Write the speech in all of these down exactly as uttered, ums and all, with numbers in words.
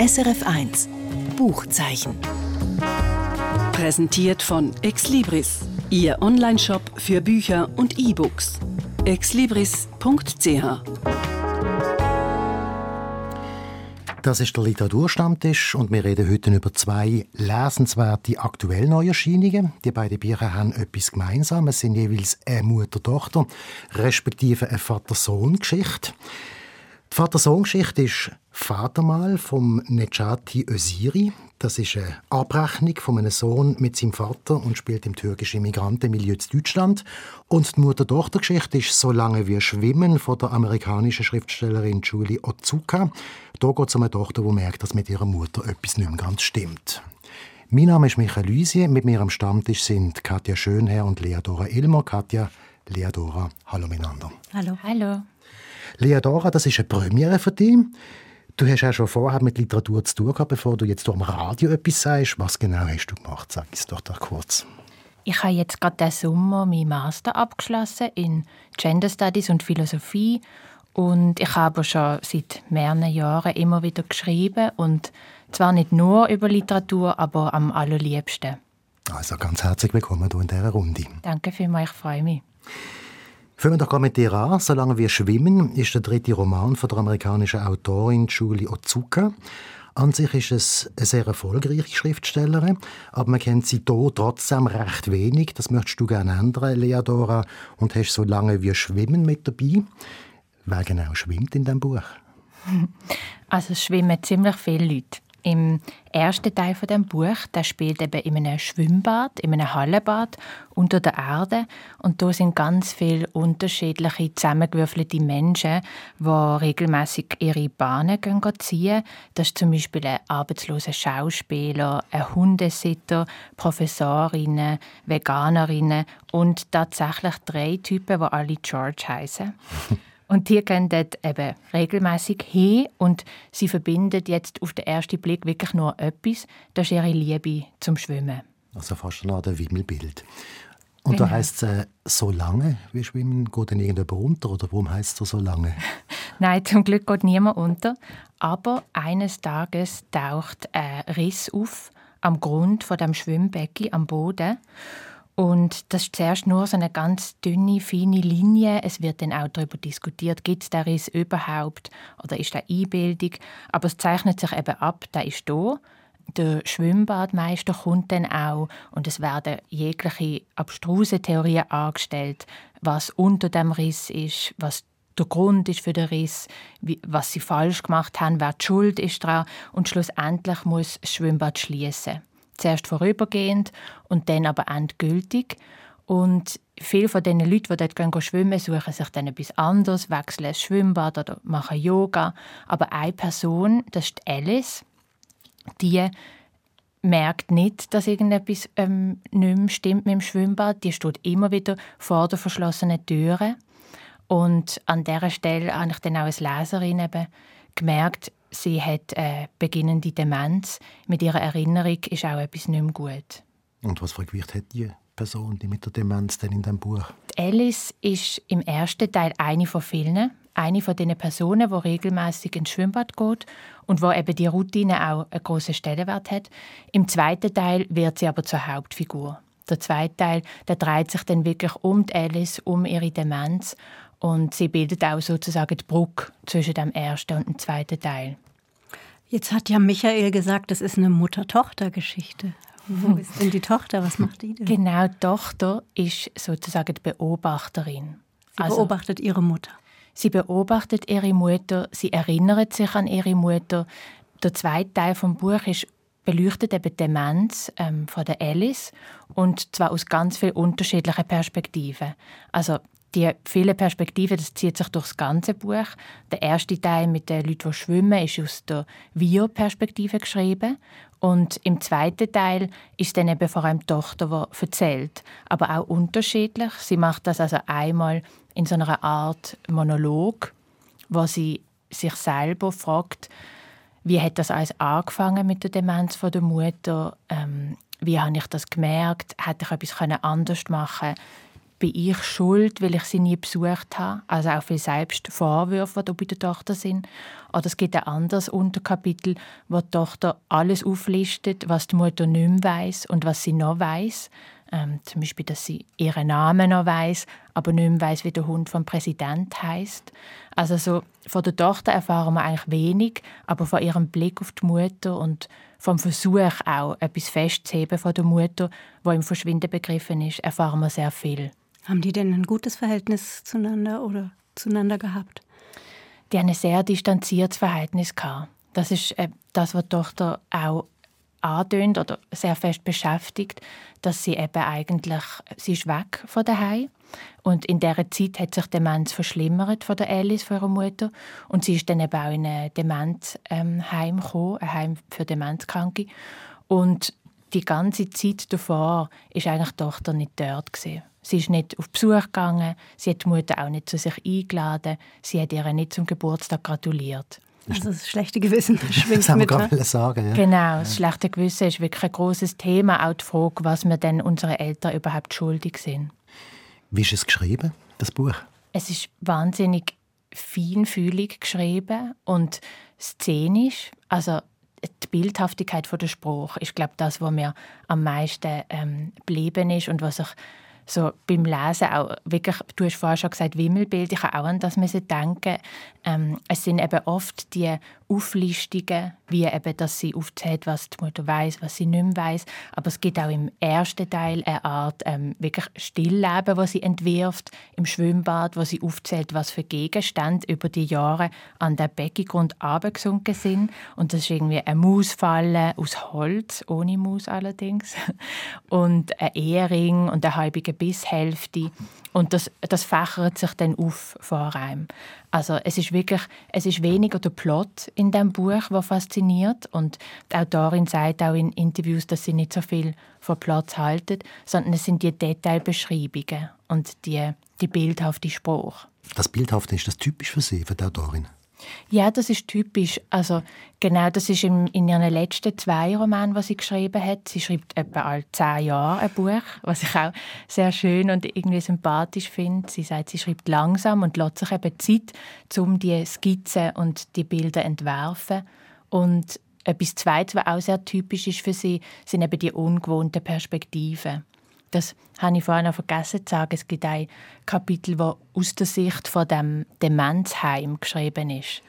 S R F eins Buchzeichen. Präsentiert von Exlibris, Ihr Onlineshop für Bücher und E-Books. exlibris punkt c h. Das ist der Literaturstammtisch und wir reden heute über zwei lesenswerte aktuell Neuerscheinungen. Die beiden Bücher haben etwas gemeinsam. Es sind jeweils eine Mutter-Tochter, respektive eine Vater-Sohn-Geschichte. Die Vater-Sohn-Geschichte ist «Vatermal» von Necati Öziri. Das ist eine Abrechnung von einem Sohn mit seinem Vater und spielt im türkischen Migrantenmilieu in Deutschland. Und die Mutter-Tochter-Geschichte ist «So lange wir schwimmen» von der amerikanischen Schriftstellerin Julie Otsuka. Hier geht es um eine Tochter, die merkt, dass mit ihrer Mutter etwas nicht mehr ganz stimmt. Mein Name ist Michael Lüsier. Mit mir am Stammtisch sind Katja Schönherr und Leadora Ilmer. Katja, Leadora, hallo miteinander. Hallo. Hallo. Leadora, das ist eine Premiere für dich. Du hast ja schon vorher mit Literatur zu tun gehabt, bevor du jetzt am Radio etwas sagst. Was genau hast du gemacht? Sag es doch, doch kurz. Ich habe jetzt gerade diesen Sommer meinen Master abgeschlossen in Gender Studies und Philosophie. Und ich habe schon seit mehreren Jahren immer wieder geschrieben. Und zwar nicht nur über Literatur, aber am allerliebsten. Also ganz herzlich willkommen hier in dieser Runde. Danke vielmals, ich freue mich. Fangen wir doch mit dir an. «Solange wir schwimmen» ist der dritte Roman von der amerikanischen Autorin Julie Otsuka. An sich ist es eine sehr erfolgreiche Schriftstellerin, aber man kennt sie hier trotzdem recht wenig. Das möchtest du gerne ändern, Leadora, und hast «Solange wir schwimmen» mit dabei. Wer genau schwimmt in diesem Buch? Also es schwimmen ziemlich viele Leute. Im ersten Teil von dem Buch, der spielt eben in einem Schwimmbad, in einem Hallenbad unter der Erde. Und da sind ganz viele unterschiedliche zusammengewürfelte Menschen, die regelmäßig ihre Bahnen gehen ziehen. Das ist zum Beispiel ein arbeitsloser Schauspieler, ein Hundesitter, Professorinnen, Veganerinnen und tatsächlich drei Typen, die alle George heißen. Und die gehen dort eben regelmässig hin und sie verbinden jetzt auf den ersten Blick wirklich nur etwas. Das ist ihre Liebe zum Schwimmen. Also fast eine Art Wimmelbild. Und Genau. da heisst es äh, «so lange wir schwimmen», geht denn irgendjemand unter oder warum heisst es «so lange»? Nein, zum Glück geht niemand unter. Aber eines Tages taucht ein Riss auf am Grund von dem Schwimmbecken am Boden. Und das ist zuerst nur so eine ganz dünne, feine Linie. Es wird dann auch darüber diskutiert, gibt es den Riss überhaupt oder ist das Einbildung. Aber es zeichnet sich eben ab, der ist da. Der Schwimmbadmeister kommt dann auch und es werden jegliche abstruse Theorien angestellt, was unter dem Riss ist, was der Grund ist für den Riss, wie, was sie falsch gemacht haben, wer die Schuld ist daran. Und schlussendlich muss das Schwimmbad schließen. Zuerst vorübergehend und dann aber endgültig. Und viele von den Leuten, die dort gehen, schwimmen, suchen sich dann etwas anderes, wechseln das Schwimmbad oder machen Yoga. Aber eine Person, das ist Alice, die merkt nicht, dass irgendetwas ähm, nicht mehr stimmt mit dem Schwimmbad. Die steht immer wieder vor der verschlossenen Türe. Und an dieser Stelle habe ich dann auch als Leserin eben gemerkt, sie hat eine beginnende Demenz. Mit ihrer Erinnerung ist auch etwas nicht mehr gut. Und was für ein Gewicht hat die Person, die mit der Demenz denn in diesem Buch? Die Alice ist im ersten Teil eine von vielen. Eine von den Personen, die regelmäßig ins Schwimmbad geht und wo eben die Routine auch einen grossen Stellenwert hat. Im zweiten Teil wird sie aber zur Hauptfigur. Der zweite Teil der dreht sich dann wirklich um die Alice, um ihre Demenz. Und sie bildet auch sozusagen die Brücke zwischen dem ersten und dem zweiten Teil. Jetzt hat ja Michael gesagt, das ist eine Mutter-Tochter-Geschichte. Wo ist denn die Tochter? Was macht die denn? Genau, die Tochter ist sozusagen die Beobachterin. Sie also, beobachtet ihre Mutter. Sie beobachtet ihre Mutter, sie erinnert sich an ihre Mutter. Der zweite Teil des Buches beleuchtet eben die Demenz ähm, von der Alice und zwar aus ganz vielen unterschiedlichen Perspektiven. Also die vielen Perspektiven, das zieht sich durch das ganze Buch. Der erste Teil mit den Leuten, die schwimmen, ist aus der Wir-Perspektive geschrieben. Und im zweiten Teil ist dann eben vor allem die Tochter, die erzählt. Aber auch unterschiedlich. Sie macht das also einmal in so einer Art Monolog, wo sie sich selber fragt, wie hat das alles angefangen mit der Demenz von der Mutter? Ähm, wie habe ich das gemerkt? Hätte ich etwas anders machen können? bin ich schuld, weil ich sie nie besucht habe? Also auch viele Selbstvorwürfe, die bei der Tochter sind. Oder es gibt ein anderes Unterkapitel, wo die Tochter alles auflistet, was die Mutter nicht mehr weiss und was sie noch weiss. Ähm, zum Beispiel, dass sie ihren Namen noch weiss, aber nicht mehr weiss, wie der Hund vom Präsident heisst. Also so, von der Tochter erfahren wir eigentlich wenig, aber von ihrem Blick auf die Mutter und vom Versuch auch, etwas festzuheben von der Mutter, die im Verschwinden begriffen ist, erfahren wir sehr viel. Haben die denn ein gutes Verhältnis zueinander oder zueinander gehabt? Die haben ein sehr distanziertes Verhältnis gehabt. Das ist äh, das, was die Tochter auch antönt oder sehr fest beschäftigt, dass sie eben eigentlich, sie ist weg von daheim und in dieser Zeit hat sich die Demenz verschlimmert von der Alice, von ihrer Mutter, und sie ist dann eben auch in ein Demenzheim gekommen, ein Heim für Demenzkranke, und die ganze Zeit davor ist eigentlich die Tochter nicht dort gewesen. Sie ist nicht auf Besuch gegangen, sie hat die Mutter auch nicht zu sich eingeladen, sie hat ihr nicht zum Geburtstag gratuliert. Also das schlechte Gewissen schwingt das haben wir mit. gerade ne? sagen. Ja. Genau, das schlechte Gewissen ist wirklich ein grosses Thema. Auch die Frage, was wir denn unseren Eltern überhaupt schuldig sind. Wie ist es geschrieben, das Buch? Es ist wahnsinnig feinfühlig geschrieben und szenisch. Also die Bildhaftigkeit von der Sprache ist, glaube ich, das, was mir am meisten ähm, geblieben ist und was ich so beim Lesen auch wirklich, du hast vorhin schon gesagt, Wimmelbild, ich habe auch an das müssen denken. Ähm, es sind eben oft die Auflistungen, wie eben, dass sie aufzählt, was die Mutter weiss, was sie nicht mehr weiss. Aber es gibt auch im ersten Teil eine Art ähm, wirklich Stillleben, das sie entwirft, im Schwimmbad, wo sie aufzählt, was für Gegenstände über die Jahre an den Beckengrund runtergesunken sind. Und das ist irgendwie eine Mausfalle aus Holz, ohne Maus allerdings, und ein Ehering und eine halbe Bisshälfte. Und das, das fächert sich dann auf vor einem. Also es ist wirklich, es ist weniger der Plot in dem Buch, der fasziniert. Und die Autorin sagt auch in Interviews, dass sie nicht so viel von Plots halten, sondern es sind die Detailbeschreibungen und die, die bildhafte Sprache. Das Bildhafte, ist das typisch für Sie, für die Autorin? Ja, das ist typisch. Also genau, das ist in, in ihren letzten zwei Romanen, die sie geschrieben hat. Sie schreibt etwa alle zehn Jahre ein Buch, was ich auch sehr schön und irgendwie sympathisch finde. Sie sagt, sie schreibt langsam und lässt sich eben Zeit, um die Skizzen und die Bilder zu entwerfen. Und etwas Zweites, was auch sehr typisch ist für sie, sind eben die ungewohnten Perspektiven. Das habe ich vorhin noch vergessen zu sagen. Es gibt ein Kapitel, das aus der Sicht von dem Demenzheim geschrieben ist.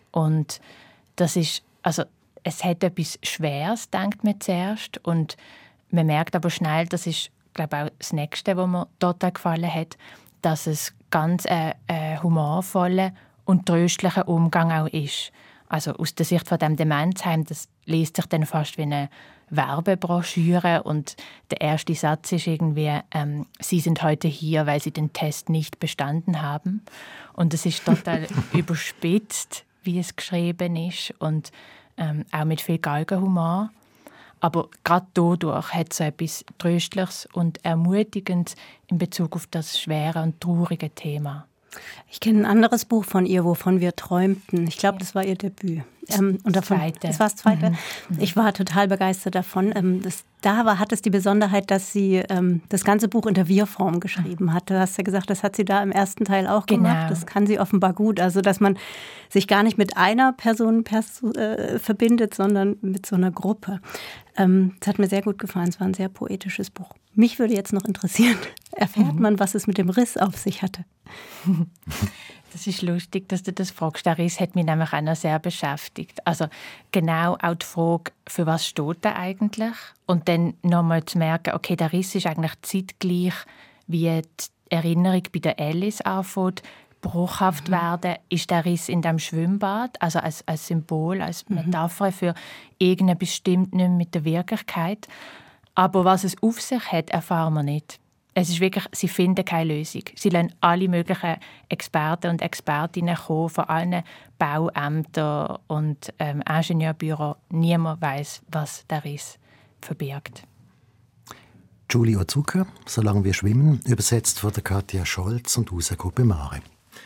Und das ist, also es hat etwas Schweres, denkt man zuerst. Und man merkt aber schnell, das ist, glaube ich, auch das Nächste, was mir total gefallen hat, dass es ganz ein, ein humorvoller und tröstlicher Umgang auch ist. Also aus der Sicht von dem Demenzheim, das liest sich dann fast wie eine Werbebroschüre und der erste Satz ist irgendwie, ähm, Sie sind heute hier, weil Sie den Test nicht bestanden haben. Und es ist total überspitzt, wie es geschrieben ist und ähm, auch mit viel Galgenhumor. Aber gerade dadurch hat es so etwas Tröstliches und Ermutigendes in Bezug auf das schwere und traurige Thema. Ich kenne ein anderes Buch von ihr, Wovon wir träumten. Ich glaube, das war ihr Debüt. Ähm, und davon, Zweite. Das war das Zweite. Mhm. Ich war total begeistert davon. Ähm, das, da war, hat es die Besonderheit, dass sie ähm, das ganze Buch in der Wir-Form geschrieben hat. Du hast ja gesagt, das hat sie da im ersten Teil auch Genau. gemacht. Das kann sie offenbar gut. Also, dass man sich gar nicht mit einer Person perso- äh, verbindet, sondern mit so einer Gruppe. Ähm, das hat mir sehr gut gefallen. Es war ein sehr poetisches Buch. Mich würde jetzt noch interessieren, erfährt mhm. man, was es mit dem Riss auf sich hatte? Das ist lustig, dass du das fragst. Der Riss hat mich nämlich auch noch sehr beschäftigt. Also genau auch die Frage, für was steht er eigentlich? Und dann nochmal zu merken, okay, der Riss ist eigentlich zeitgleich, wie die Erinnerung bei der Alice anfängt, bruchhaft mhm. werden, ist der Riss in dem Schwimmbad, also als, als Symbol, als Metapher für irgendeine bestimmt nicht mit der Wirklichkeit. Aber was es auf sich hat, erfahren wir nicht. Es ist wirklich, sie finden keine Lösung. Sie lassen alle möglichen Experten und Expertinnen kommen, von allen Bauämtern und ähm, Ingenieurbüros. Niemand weiß, was der Riss verbirgt. Julie Ozuka, «Solange wir schwimmen», übersetzt von der Katja Scholz und Usako Mare.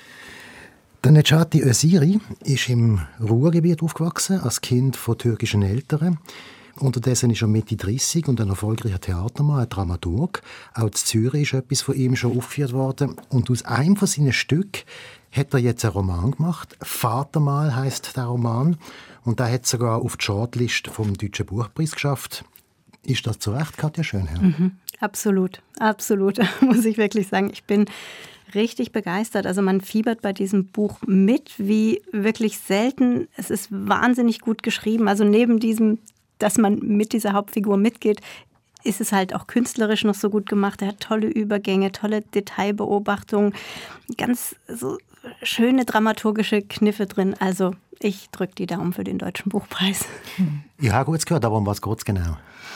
Der Necati Öziri ist im Ruhrgebiet aufgewachsen, als Kind von türkischen Eltern. Unterdessen ist er Mitte dreißig und ein erfolgreicher Theatermann, ein Dramaturg. Auch in Zürich ist etwas von ihm schon aufgeführt worden. Und aus einem von seinen Stücken hat er jetzt einen Roman gemacht. «Vatermal» heisst der Roman. Und der hat sogar auf die Shortlist vom Deutschen Buchpreis geschafft. Ist das zu Recht, Katja Schönherr? Mhm, absolut, absolut, muss ich wirklich sagen. Ich bin richtig begeistert. Also man fiebert bei diesem Buch mit, wie wirklich selten. Es ist wahnsinnig gut geschrieben. Also neben diesem, dass man mit dieser Hauptfigur mitgeht, ist es halt auch künstlerisch noch so gut gemacht. Er hat tolle Übergänge, tolle Detailbeobachtungen, ganz so schöne dramaturgische Kniffe drin. Also ich drücke die Daumen für den Deutschen Buchpreis. Ich habe gut gehört, aber um was geht es genau?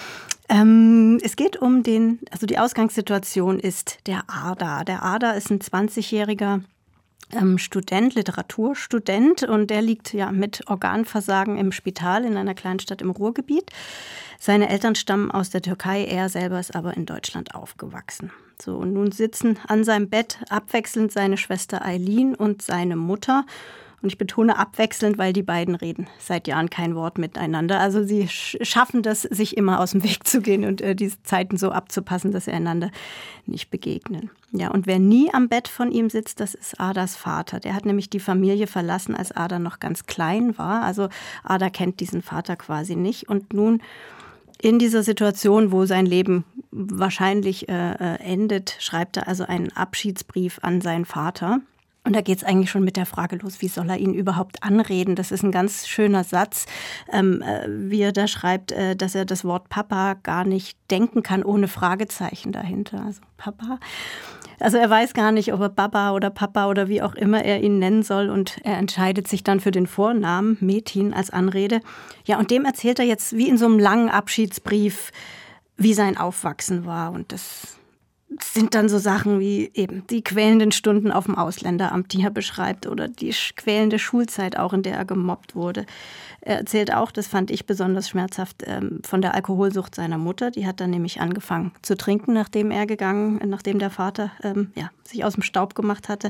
Ähm, es geht um den, also die Ausgangssituation ist der Arda. Der Arda ist ein zwanzigjähriger ähm, Student, Literaturstudent, und der liegt ja mit Organversagen im Spital in einer Kleinstadt im Ruhrgebiet. Seine Eltern stammen aus der Türkei, er selber ist aber in Deutschland aufgewachsen. So, und nun sitzen an seinem Bett abwechselnd seine Schwester Eileen und seine Mutter. Und ich betone abwechselnd, weil die beiden reden seit Jahren kein Wort miteinander. Also sie sch- schaffen das, sich immer aus dem Weg zu gehen und äh, diese Zeiten so abzupassen, dass sie einander nicht begegnen. Ja, und wer nie am Bett von ihm sitzt, das ist Adas Vater. Der hat nämlich die Familie verlassen, als Ada noch ganz klein war. Also Ada kennt diesen Vater quasi nicht. Und nun in dieser Situation, wo sein Leben wahrscheinlich äh, endet, schreibt er also einen Abschiedsbrief an seinen Vater. Und da geht es eigentlich schon mit der Frage los, wie soll er ihn überhaupt anreden? Das ist ein ganz schöner Satz, ähm, äh, wie er da schreibt, äh, dass er das Wort Papa gar nicht denken kann, ohne Fragezeichen dahinter. Also Papa. Also er weiß gar nicht, ob er Baba oder Papa oder wie auch immer er ihn nennen soll. Und er entscheidet sich dann für den Vornamen, Metin, als Anrede. Ja, und dem erzählt er jetzt wie in so einem langen Abschiedsbrief, wie sein Aufwachsen war. Und das sind dann so Sachen wie eben die quälenden Stunden auf dem Ausländeramt, die er beschreibt, oder die quälende Schulzeit auch, in der er gemobbt wurde. Er erzählt auch, das fand ich besonders schmerzhaft, von der Alkoholsucht seiner Mutter. Die hat dann nämlich angefangen zu trinken, nachdem er gegangen, nachdem der Vater ähm, ja, sich aus dem Staub gemacht hatte.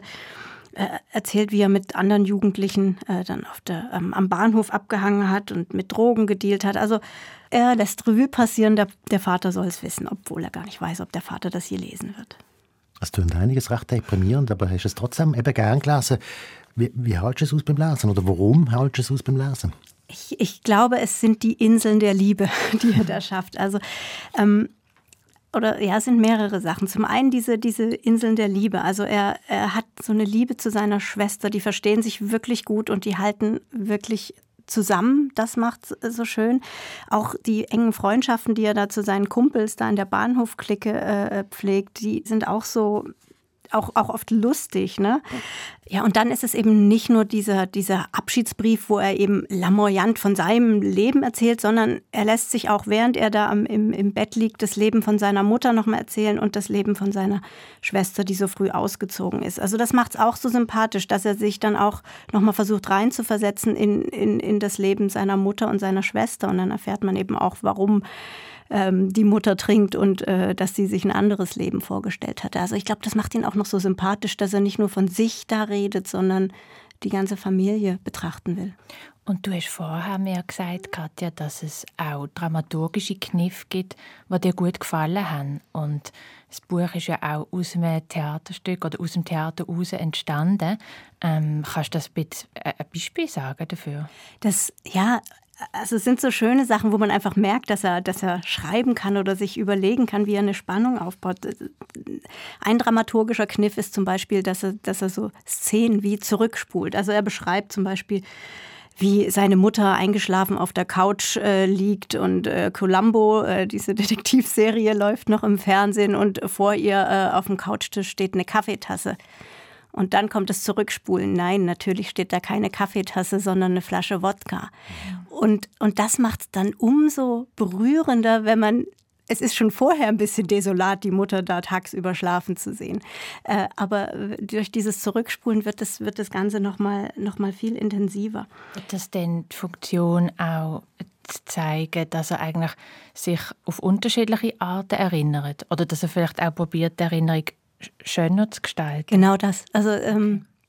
Er erzählt, wie er mit anderen Jugendlichen äh, dann auf der, ähm, am Bahnhof abgehangen hat und mit Drogen gedealt hat. Also er lässt Revue passieren, der, der Vater soll es wissen, obwohl er gar nicht weiß, ob der Vater das je lesen wird. Es klingt einiges recht deprimierend, aber hast du es trotzdem eben gern gelesen. Wie, wie hältst du es aus beim Lesen oder warum hältst du es aus beim Lesen? Ich, ich glaube, es sind die Inseln der Liebe, die er da schafft. Also ähm, Oder ja, es sind mehrere Sachen. Zum einen diese, diese Inseln der Liebe. Also er, er hat so eine Liebe zu seiner Schwester, die verstehen sich wirklich gut und die halten wirklich zusammen. Das macht es so schön. Auch die engen Freundschaften, die er da zu seinen Kumpels da in der Bahnhofklicke äh, pflegt, die sind auch so, auch, auch oft lustig, ne? Ja, und dann ist es eben nicht nur dieser, dieser Abschiedsbrief, wo er eben lamoyant von seinem Leben erzählt, sondern er lässt sich auch, während er da am, im, im Bett liegt, das Leben von seiner Mutter nochmal erzählen und das Leben von seiner Schwester, die so früh ausgezogen ist. Also das macht es auch so sympathisch, dass er sich dann auch nochmal versucht reinzuversetzen in, in, in das Leben seiner Mutter und seiner Schwester. Und dann erfährt man eben auch, warum ähm, die Mutter trinkt und äh, dass sie sich ein anderes Leben vorgestellt hatte. Also ich glaube, das macht ihn auch noch so sympathisch, dass er nicht nur von sich da redet, sondern die ganze Familie betrachten will. Und du hast vorher mir gesagt, Katja, dass es auch dramaturgische Kniffe gibt, die dir gut gefallen haben. Und das Buch ist ja auch aus einem Theaterstück oder aus dem Theater heraus entstanden. Ähm, kannst du das ein, bisschen, äh, ein Beispiel sagen dafür? Das, ja, also es sind so schöne Sachen, wo man einfach merkt, dass er, dass er schreiben kann oder sich überlegen kann, wie er eine Spannung aufbaut. Ein dramaturgischer Kniff ist zum Beispiel, dass er, dass er so Szenen wie zurückspult. Also er beschreibt zum Beispiel, wie seine Mutter eingeschlafen auf der Couch äh, liegt und äh, Columbo, äh, diese Detektivserie, läuft noch im Fernsehen und vor ihr äh, auf dem Couchtisch steht eine Kaffeetasse. Und dann kommt das Zurückspulen. Nein, natürlich steht da keine Kaffeetasse, sondern eine Flasche Wodka. Und, und das macht es dann umso berührender, wenn man, es ist schon vorher ein bisschen desolat, die Mutter da tagsüber schlafen zu sehen. Äh, aber durch dieses Zurückspulen wird das, wird das Ganze noch mal, noch mal viel intensiver. Hat das denn die Funktion auch zu zeigen, dass er eigentlich sich auf unterschiedliche Arten erinnert? Oder dass er vielleicht auch probiert, die Erinnerung schöner zu gestalten? Genau das. Also ähm,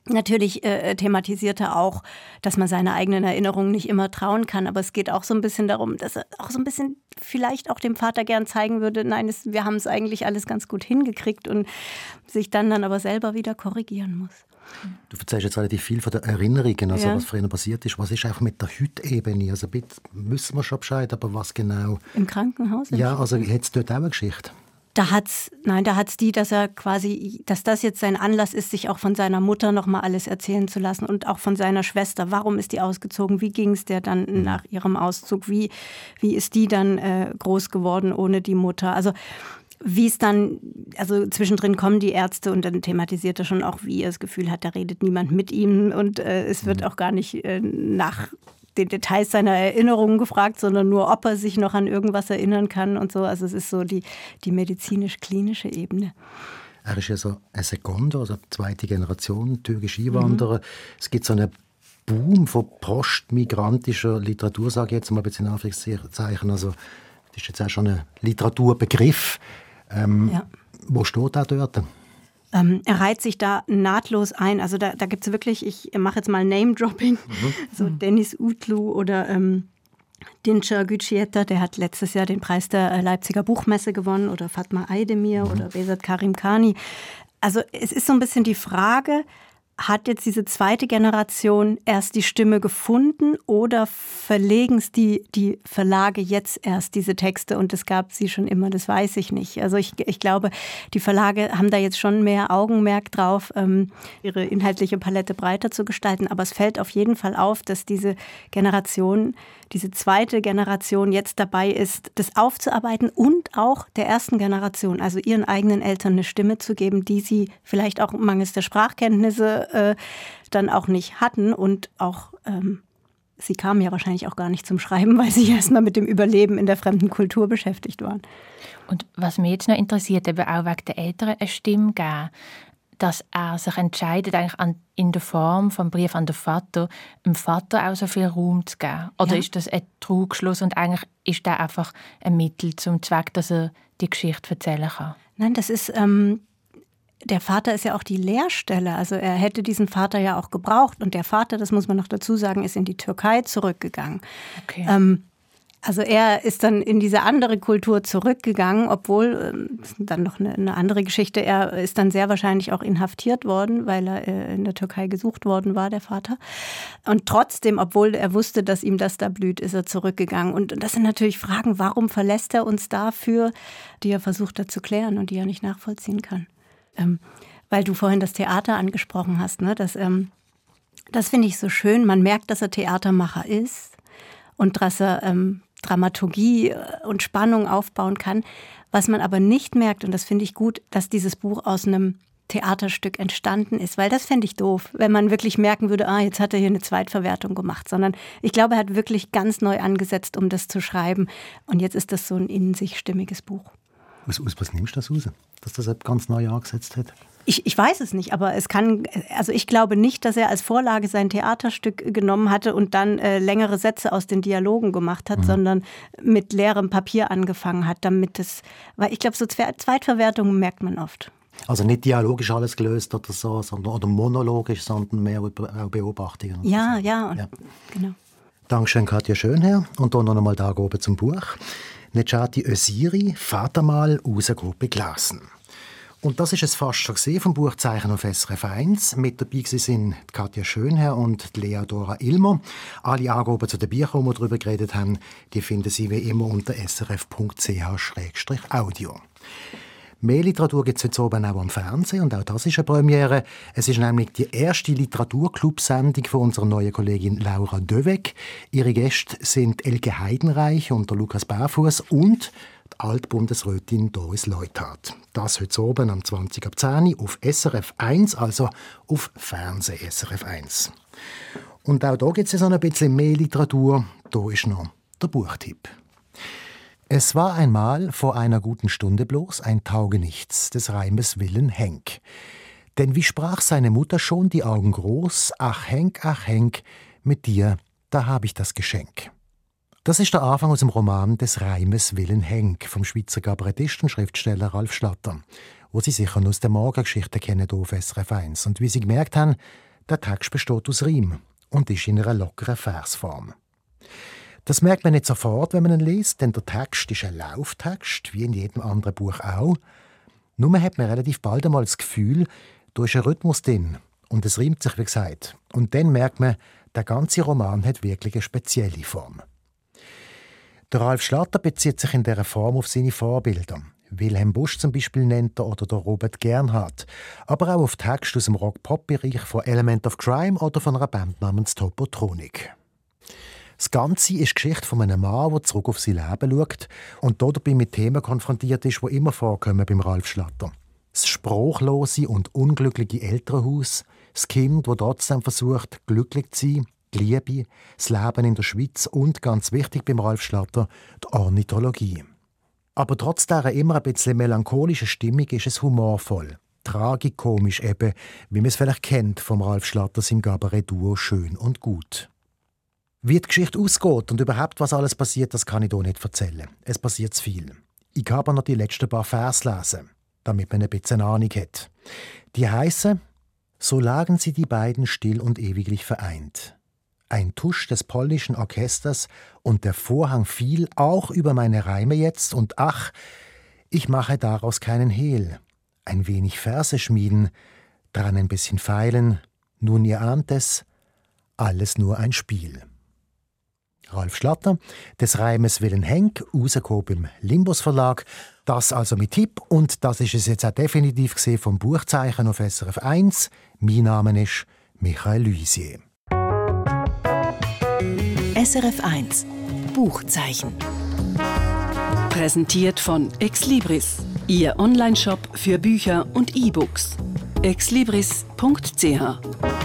Natürlich äh, thematisiert er auch, dass man seine eigenen Erinnerungen nicht immer trauen kann. Aber es geht auch so ein bisschen darum, dass er auch so ein bisschen vielleicht auch dem Vater gern zeigen würde, nein, es, wir haben es eigentlich alles ganz gut hingekriegt und sich dann dann aber selber wieder korrigieren muss. Du erzählst jetzt relativ viel von den Erinnerungen, also ja. was früher passiert ist. Was ist einfach mit der Heute-Ebene? Also bitte müssen wir schon Bescheid, aber was genau? Im Krankenhaus? Ja, also hat es dort auch eine Geschichte? Da hat's, nein, da hat's die, dass er quasi, dass das jetzt sein Anlass ist, sich auch von seiner Mutter noch mal alles erzählen zu lassen und auch von seiner Schwester. Warum ist die ausgezogen? Wie ging es der dann mhm. nach ihrem Auszug? Wie, wie ist die dann äh, groß geworden ohne die Mutter? Also wie es dann, also zwischendrin kommen die Ärzte und dann thematisiert er schon auch, wie er das Gefühl hat, da redet niemand mit ihm und äh, es wird mhm. auch gar nicht äh, nach den Details seiner Erinnerungen gefragt, sondern nur, ob er sich noch an irgendwas erinnern kann und so. Also es ist so die, die medizinisch-klinische Ebene. Er ist ja so ein Sekondo, also zweite Generation, türkische Einwanderer. Mhm. Es gibt so einen Boom von postmigrantischer Literatur, sage ich jetzt mal ein bisschen in Anführungszeichen. Also das ist jetzt auch schon ein Literaturbegriff. Ähm, ja. Wo steht er dort? Ähm, er reiht sich da nahtlos ein. Also da, da gibt es wirklich, ich mache jetzt mal Name-Dropping, mhm. so Deniz Utlu oder ähm, Dinçer Güçieta, der hat letztes Jahr den Preis der Leipziger Buchmesse gewonnen, oder Fatma Aydemir mhm. oder Behzad Karimkhani. Also es ist so ein bisschen die Frage, hat jetzt diese zweite Generation erst die Stimme gefunden oder verlegen es die, die Verlage jetzt erst, diese Texte, und es gab sie schon immer, das weiß ich nicht. Also ich, ich glaube, die Verlage haben da jetzt schon mehr Augenmerk drauf, ähm, ihre inhaltliche Palette breiter zu gestalten, aber es fällt auf jeden Fall auf, dass diese Generation, diese zweite Generation jetzt dabei ist, das aufzuarbeiten und auch der ersten Generation, also ihren eigenen Eltern eine Stimme zu geben, die sie vielleicht auch mangels der Sprachkenntnisse äh, dann auch nicht hatten und auch, ähm, sie kamen ja wahrscheinlich auch gar nicht zum Schreiben, weil sie erst mal mit dem Überleben in der fremden Kultur beschäftigt waren. Und was mich jetzt noch interessiert, eben auch wegen der Eltern eine Stimme geben, dass er sich entscheidet, eigentlich an, in der Form vom Brief an den Vater, dem Vater auch so viel Raum zu geben? Oder ja. ist das ein Trugschluss und eigentlich ist das einfach ein Mittel zum Zweck, dass er die Geschichte erzählen kann? Nein, das ist, ähm, der Vater ist ja auch die Lehrstelle. Also er hätte diesen Vater ja auch gebraucht. Und der Vater, das muss man noch dazu sagen, ist in die Türkei zurückgegangen. Okay. Ähm, Also er ist dann in diese andere Kultur zurückgegangen, obwohl, das ist dann noch eine, eine andere Geschichte, er ist dann sehr wahrscheinlich auch inhaftiert worden, weil er äh, in der Türkei gesucht worden war, der Vater. Und trotzdem, obwohl er wusste, dass ihm das da blüht, ist er zurückgegangen. Und das sind natürlich Fragen, warum verlässt er uns dafür, die er versucht hat zu klären und die er nicht nachvollziehen kann. Ähm, weil du vorhin das Theater angesprochen hast, ne? Das, ähm, das finde ich so schön. Man merkt, dass er Theatermacher ist und dass er ähm, Dramaturgie und Spannung aufbauen kann. Was man aber nicht merkt, und das finde ich gut, dass dieses Buch aus einem Theaterstück entstanden ist, weil das fände ich doof, wenn man wirklich merken würde, ah, jetzt hat er hier eine Zweitverwertung gemacht, sondern ich glaube, er hat wirklich ganz neu angesetzt, um das zu schreiben, und jetzt ist das so ein in sich stimmiges Buch. Was, was nimmst du das raus, dass das ganz neu angesetzt hat? Ich, ich weiß es nicht, aber es kann, also ich glaube nicht, dass er als Vorlage sein Theaterstück genommen hatte und dann äh, längere Sätze aus den Dialogen gemacht hat, mhm. sondern mit leerem Papier angefangen hat, damit es, weil ich glaube, so Zweitverwertungen merkt man oft. Also nicht dialogisch alles gelöst oder so, sondern, oder monologisch, sondern mehr auch Beobachtungen. Ja, so. ja, und, ja, genau. Dankeschön, Katja Schönherr. Und dann noch einmal da oben zum Buch. Necati Öziri, Vater mal aus der Gruppe Glasen. Und das ist es fast schon gesehen vom Buchzeichen auf S R F eins. Mit dabei sind Katja Schönherr und Lea Dora Ilmer. Alle Angaben zu den Büchern, die wir darüber geredet haben, die finden Sie wie immer unter s r f punkt c h slash audio. Mehr Literatur gibt es heute oben auch am Fernsehen, und auch das ist eine Premiere. Es ist nämlich die erste Literaturclub-Sendung von unserer neuen Kollegin Laura Döweg. Ihre Gäste sind Elke Heidenreich und Lukas Barfuß und die Altbundesrätin Doris Leuthard. Das heute oben am zwanzig ab zehn auf S R F eins, also auf Fernseh S R F eins. Und auch hier gibt es so ein bisschen mehr Literatur. Hier ist noch der Buchtipp. Es war einmal vor einer guten Stunde bloß ein Taugenichts des Reimes willen Henk. Denn wie sprach seine Mutter schon, die Augen groß, ach Henk, ach Henk, mit dir, da hab ich das Geschenk. Das ist der Anfang aus dem Roman des Reimes willen Henk vom Schweizer Kabarettisten und Schriftsteller Ralf Schlatter, wo Sie sicher aus der Morgengeschichte kennen auf S R F eins. Und wie Sie gemerkt haben, Der Text besteht aus Reim und ist in einer lockeren Versform. Das merkt man nicht sofort, wenn man ihn liest, denn der Text ist ein Lauftext, wie in jedem anderen Buch auch. Nur hat man relativ bald einmal das Gefühl, da ist ein Rhythmus drin und es reimt sich, wie gesagt. Und dann merkt man, der ganze Roman hat wirklich eine spezielle Form. Der Ralf Schlatter bezieht sich in dieser Form auf seine Vorbilder. Wilhelm Busch zum Beispiel nennt er oder der Robert Gernhardt. Aber auch auf Texte aus dem Rock-Pop-Bereich von Element of Crime oder von einer Band namens Topotronic. Das Ganze ist die Geschichte von einem Mann, der zurück auf sein Leben schaut und dabei mit Themen konfrontiert ist, die immer vorkommen beim Ralf Schlatter. Das sprachlose und unglückliche Elternhaus, das Kind, das trotzdem versucht, glücklich zu sein, die Liebe, das Leben in der Schweiz und, ganz wichtig beim Ralf Schlatter, die Ornithologie. Aber trotz dieser immer ein bisschen melancholischen Stimmung ist es humorvoll, tragikomisch eben, wie man es vielleicht kennt vom Ralf Schlatter im Gabaret-Duo «Schön und gut». Wie die Geschichte ausgeht und überhaupt was alles passiert, das kann ich hier nicht erzählen. Es passiert zu viel. Ich kann aber noch die letzten paar Vers lesen, damit man ein bisschen Ahnung hat. Die heißen: So lagen sie die beiden still und ewiglich vereint. Ein Tusch des polnischen Orchesters und der Vorhang fiel auch über meine Reime jetzt und ach, ich mache daraus keinen Hehl. Ein wenig Verse schmieden, dran ein bisschen feilen, nun ihr ahnt es, alles nur ein Spiel. Ralf Schlatter, des Reimes Willen Henk, rausgekommen im Limbus Verlag. Das also mit Tipp und das ist es jetzt auch definitiv gesehen vom Buchzeichen auf S R F eins. Mein Name ist Michael Luisier. S R F eins Buchzeichen. Präsentiert von Exlibris, Ihr Onlineshop für Bücher und E-Books. exlibris punkt c h